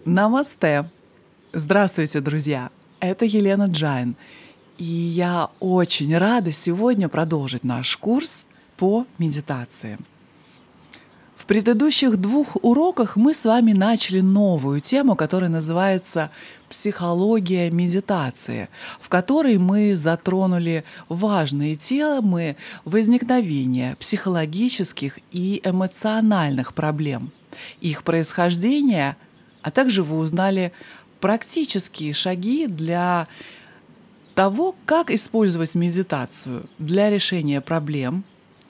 Намасте! Здравствуйте, друзья! Это Елена Джайн, и я очень рада сегодня продолжить наш курс по медитации. В предыдущих 2 уроках мы с вами начали новую тему, которая называется «Психология медитации», в которой мы затронули важные темы возникновения психологических и эмоциональных проблем, их происхождения, а также вы узнали практические шаги для того, как использовать медитацию для решения проблем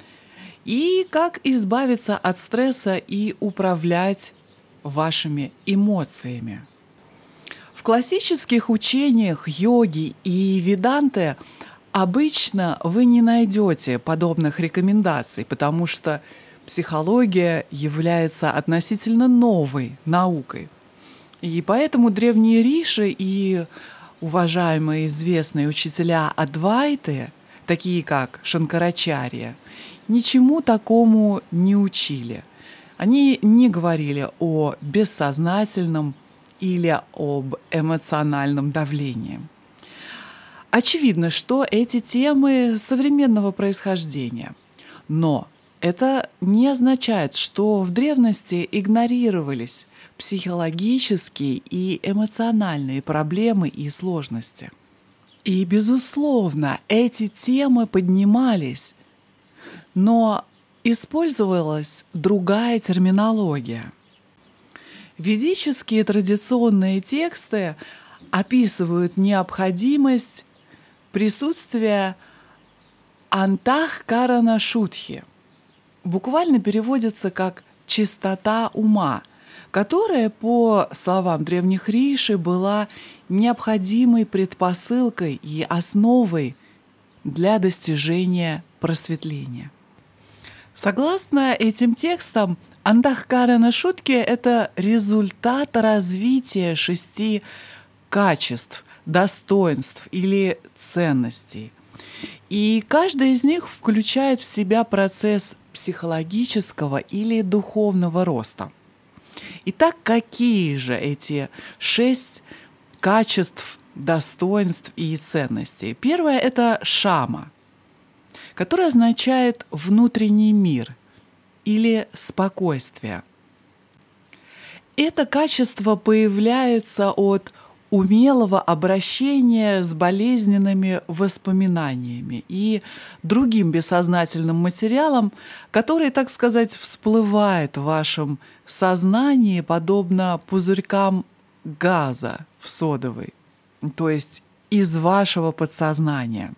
и как избавиться от стресса и управлять вашими эмоциями. В классических учениях йоги и веданты обычно вы не найдете подобных рекомендаций, потому что психология является относительно новой наукой. И поэтому древние риши и уважаемые известные учителя Адвайты, такие как Шанкарачарья, ничему такому не учили. Они не говорили о бессознательном или об эмоциональном давлении. Очевидно, что эти темы современного происхождения, но это не означает, что в древности игнорировались психологические и эмоциональные проблемы и сложности. И, безусловно, эти темы поднимались, но использовалась другая терминология. Ведические традиционные тексты описывают необходимость присутствия антах-карана шудхи. Буквально переводится как «чистота ума», которая, по словам древних риши, была необходимой предпосылкой и основой для достижения просветления. Согласно этим текстам, антах-карана шудхи — это результат развития 6 качеств, достоинств или ценностей. И каждая из них включает в себя процесс психологического или духовного роста. Итак, какие же эти 6 качеств, достоинств и ценностей? Первое — это шама, которое означает внутренний мир или спокойствие. Это качество появляется от умелого обращения с болезненными воспоминаниями и другим бессознательным материалом, который, так сказать, всплывает в вашем сознании, подобно пузырькам газа в содовой, то есть из вашего подсознания.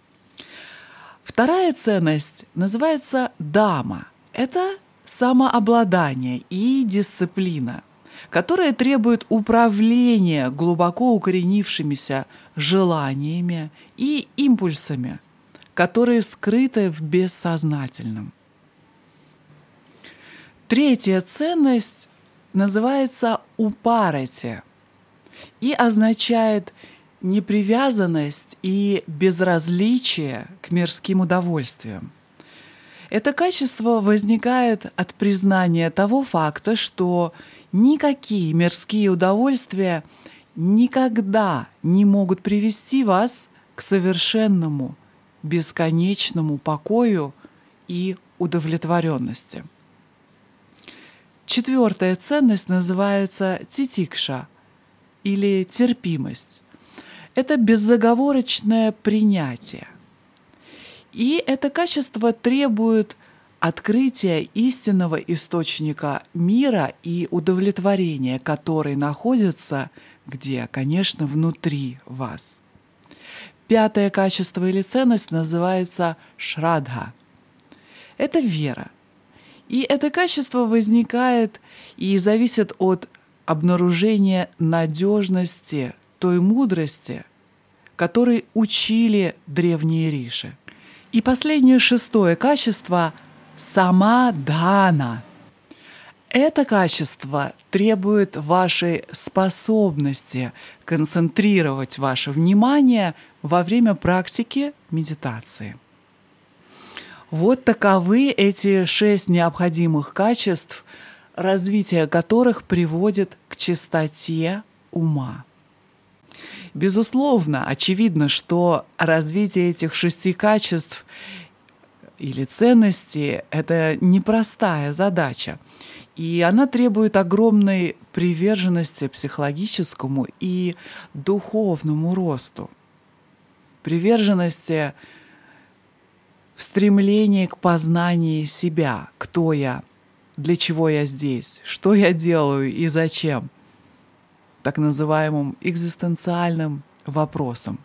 Вторая ценность называется дама. Это самообладание и дисциплина, которая требует управления глубоко укоренившимися желаниями и импульсами, которые скрыты в бессознательном. Третья ценность называется упарати и означает непривязанность и безразличие к мирским удовольствиям. Это качество возникает от признания того факта, что никакие мирские удовольствия никогда не могут привести вас к совершенному, бесконечному покою и удовлетворенности. Четвертая ценность называется титикша или терпимость. Это безоговорочное принятие. И это качество требует открытия истинного источника мира и удовлетворения, который находится где, конечно, внутри вас. Пятое качество или ценность называется шрадха. Это вера. И это качество возникает и зависит от обнаружения надежности той мудрости, которой учили древние риши. И последнее, 6 качество — самадхана. Это качество требует вашей способности концентрировать ваше внимание во время практики медитации. Вот таковы эти 6 необходимых качеств развитие которых приводит к чистоте ума. Безусловно, очевидно, что развитие этих 6 качеств или ценностей – это непростая задача, и она требует огромной приверженности психологическому и духовному росту, приверженности в стремлении к познанию себя, кто я, для чего я здесь, что я делаю и зачем, так называемым экзистенциальным вопросам.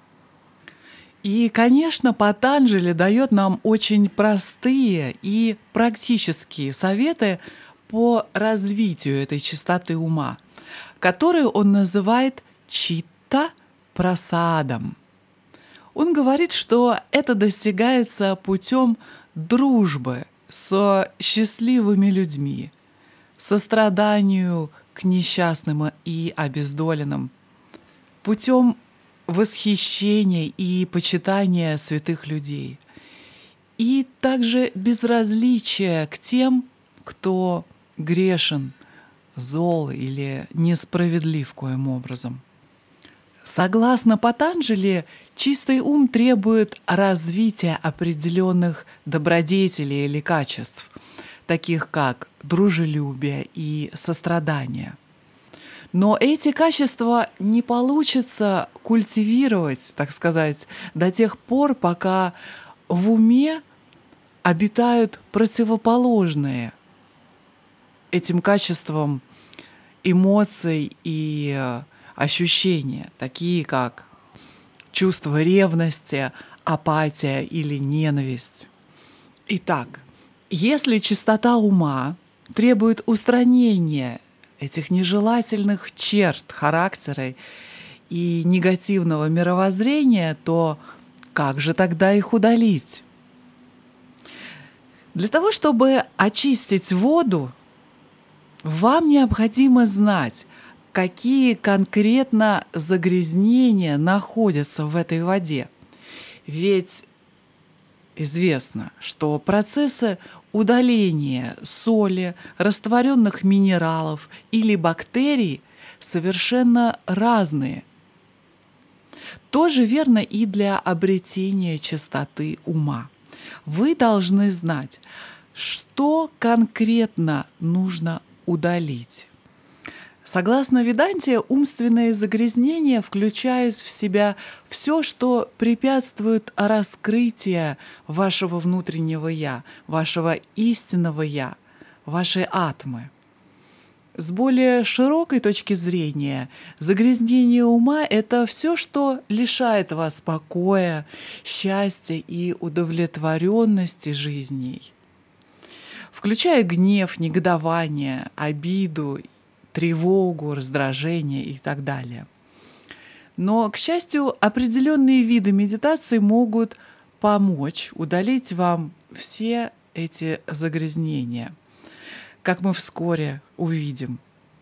И, конечно, Патанджали дает нам очень простые и практические советы по развитию этой чистоты ума, которую он называет читта прасадом. Он говорит, что это достигается путем дружбы со счастливыми людьми, состраданию к несчастным и обездоленным, путем восхищения и почитания святых людей, и также безразличия к тем, кто грешен, зол или несправедлив коим образом. Согласно Патанджали, чистый ум требует развития определенных добродетелей или качеств, таких как дружелюбие и сострадание. Но эти качества не получится культивировать, так сказать, до тех пор, пока в уме обитают противоположные этим качествам эмоций и ощущения, такие как чувство ревности, апатия или ненависть. Итак, если чистота ума требует устранения этих нежелательных черт характера и негативного мировоззрения, то как же тогда их удалить? Для того, чтобы очистить воду, вам необходимо знать, какие конкретно загрязнения находятся в этой воде. Ведь известно, что процессы удаления соли, растворенных минералов или бактерий совершенно разные. Тоже верно и для обретения чистоты ума. Вы должны знать, что конкретно нужно удалить. Согласно Веданте, умственные загрязнения включают в себя все, что препятствует раскрытию вашего внутреннего «я», вашего истинного «я», вашей атмы. С более широкой точки зрения, загрязнение ума — это все, что лишает вас покоя, счастья и удовлетворенности жизней, включая гнев, негодование, обиду, тревогу, раздражение и так далее. Но, к счастью, определенные виды медитации могут помочь удалить вам все эти загрязнения, как мы вскоре увидим.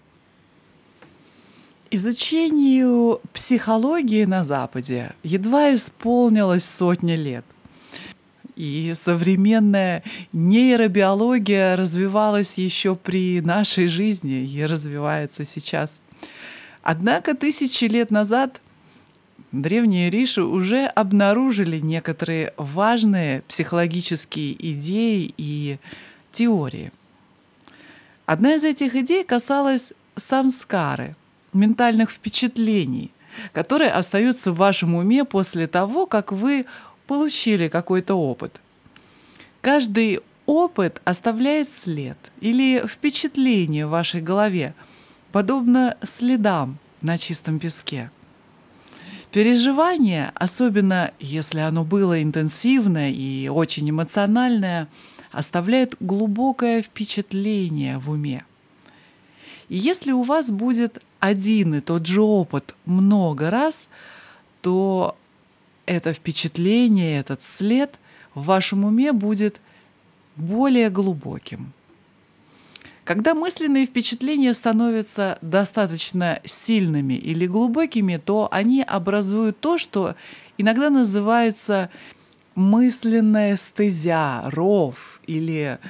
Изучению психологии на Западе едва исполнилось 100 лет. И современная нейробиология развивалась еще при нашей жизни и развивается сейчас. Однако 1000 лет назад древние риши уже обнаружили некоторые важные психологические идеи и теории. Одна из этих идей касалась самскары, ментальных впечатлений, которые остаются в вашем уме после того, как вы получили какой-то опыт. Каждый опыт оставляет след или впечатление в вашей голове, подобно следам на чистом песке. Переживание, особенно если оно было интенсивное и очень эмоциональное, оставляет глубокое впечатление в уме. И если у вас будет один и тот же опыт много раз, то это впечатление, этот след в вашем уме будет более глубоким. Когда мысленные впечатления становятся достаточно сильными или глубокими, то они образуют то, что иногда называется мысленная стезя, ров или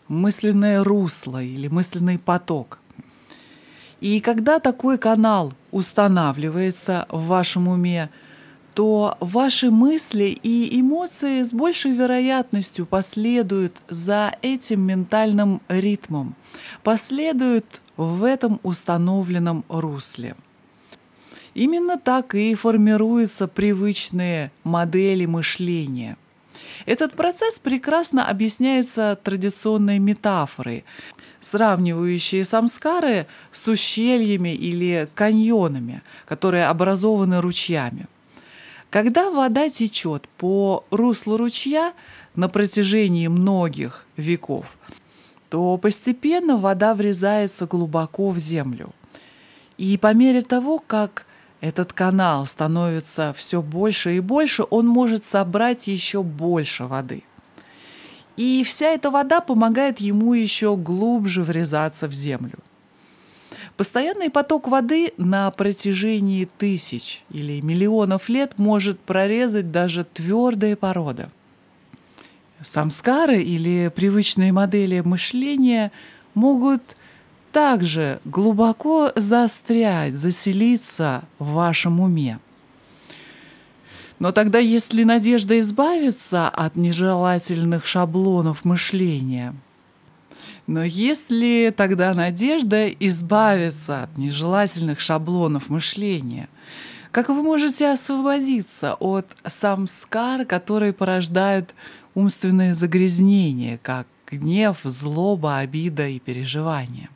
мысленное русло или мысленный поток. И когда такой канал устанавливается в вашем уме, то ваши мысли и эмоции с большей вероятностью последуют за этим ментальным ритмом, последуют в этом установленном русле. Именно так и формируются привычные модели мышления. Этот процесс прекрасно объясняется традиционной метафорой, сравнивающей самскары с ущельями или каньонами, которые образованы ручьями. Когда вода течет по руслу ручья на протяжении многих веков, то постепенно вода врезается глубоко в землю. И по мере того, как этот канал становится все больше и больше, он может собрать еще больше воды. И вся эта вода помогает ему еще глубже врезаться в землю. Постоянный поток воды на протяжении тысяч или миллионов лет может прорезать даже твердые породы. Самскары или привычные модели мышления могут также глубоко застрять, заселиться в вашем уме. Но тогда есть ли надежда избавиться от нежелательных шаблонов мышления? Но есть ли тогда надежда избавиться от нежелательных шаблонов мышления? Как вы можете освободиться от самскар, которые порождают умственные загрязнения, как гнев, злоба, обида и переживания?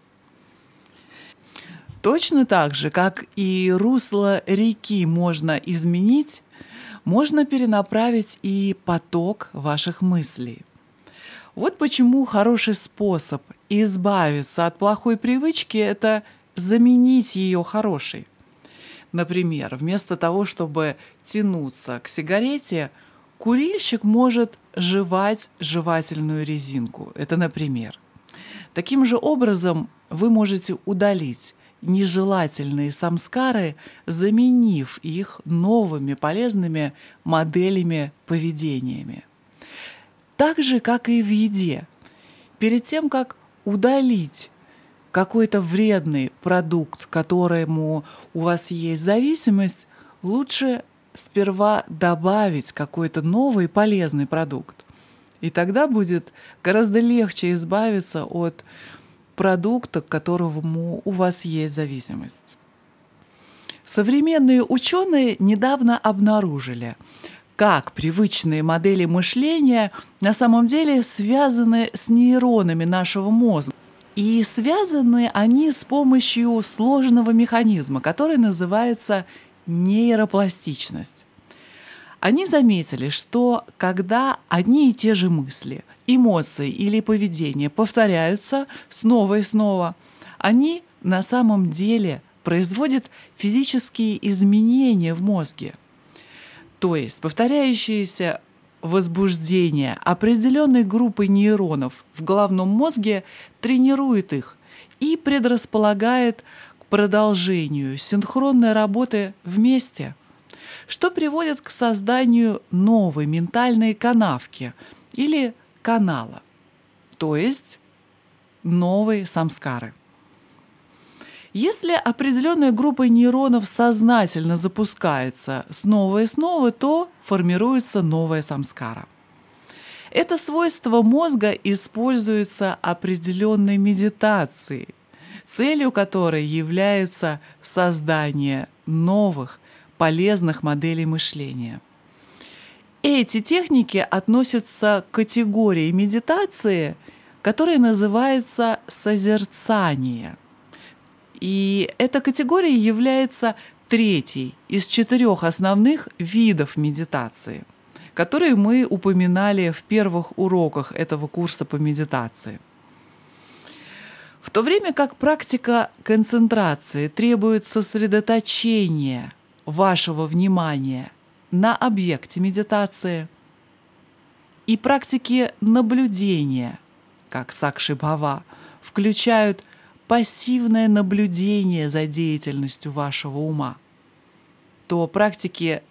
Точно так же, как и русло реки можно изменить, можно перенаправить и поток ваших мыслей. Вот почему хороший способ избавиться от плохой привычки – это заменить ее хорошей. Например, вместо того, чтобы тянуться к сигарете, курильщик может жевать жевательную резинку. Это например. Таким же образом вы можете удалить нежелательные самскары, заменив их новыми полезными моделями поведениями. Так же, как и в еде. Перед тем, как удалить какой-то вредный продукт, к которому у вас есть зависимость, лучше сперва добавить какой-то новый полезный продукт. И тогда будет гораздо легче избавиться от продукта, к которому у вас есть зависимость. Современные ученые недавно обнаружили, как привычные модели мышления на самом деле связаны с нейронами нашего мозга. И связаны они с помощью сложного механизма, который называется нейропластичность. Они заметили, что когда одни и те же мысли, эмоции или поведение повторяются снова и снова, они на самом деле производят физические изменения в мозге. То есть повторяющиеся возбуждения определенной группы нейронов в головном мозге тренирует их и предрасполагает к продолжению синхронной работы вместе, что приводит к созданию новой ментальной канавки или канала, то есть новой самскары. Если определенная группа нейронов сознательно запускается снова и снова, то формируется новая самскара. Это свойство мозга используется определенной медитацией, целью которой является создание новых полезных моделей мышления. Эти техники относятся к категории медитации, которая называется созерцание. И эта категория является третьей из 4 основных видов медитации, которые мы упоминали в первых уроках этого курса по медитации. В то время как практика концентрации требует сосредоточения вашего внимания на объекте медитации, и практики наблюдения, как сакши-бхава, включают пассивное наблюдение за деятельностью вашего ума, то практики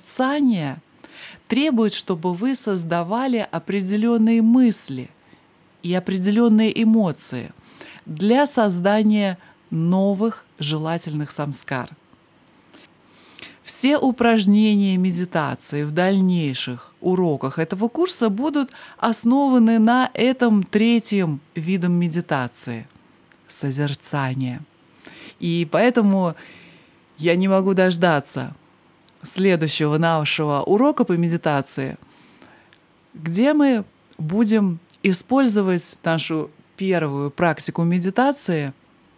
созерцания требуют, чтобы вы создавали определенные мысли и определенные эмоции для создания новых желательных самскар. Все упражнения медитации в дальнейших уроках этого курса будут основаны на этом третьем виде медитации — созерцание. И поэтому я не могу дождаться следующего нашего урока по медитации, где мы будем использовать нашу первую практику медитации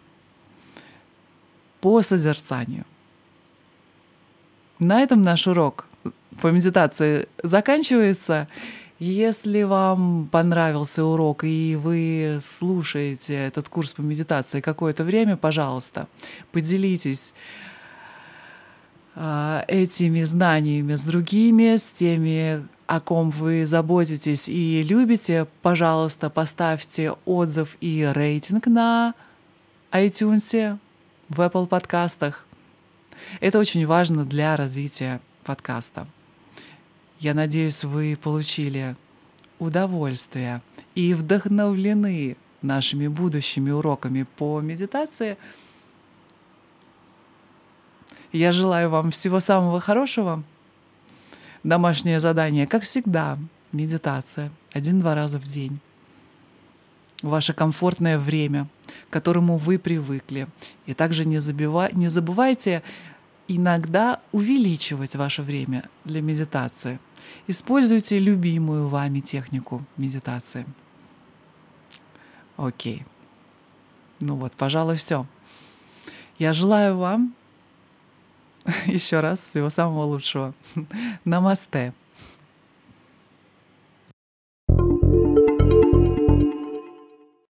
по созерцанию. На этом наш урок по медитации заканчивается. Если вам понравился урок и вы слушаете этот курс по медитации какое-то время, пожалуйста, поделитесь этими знаниями с другими, с теми, о ком вы заботитесь и любите. Пожалуйста, поставьте отзыв и рейтинг на iTunes, в Apple подкастах. Это очень важно для развития подкаста. Я надеюсь, вы получили удовольствие и вдохновлены нашими будущими уроками по медитации. Я желаю вам всего самого хорошего. Домашнее задание, как всегда, медитация 1-2 раза в день. Ваше комфортное время, к которому вы привыкли. И также не забывайте иногда увеличивать ваше время для медитации. Используйте любимую вами технику медитации. Окей. Ну вот, пожалуй, все. Я желаю вам еще раз всего самого лучшего. Намасте.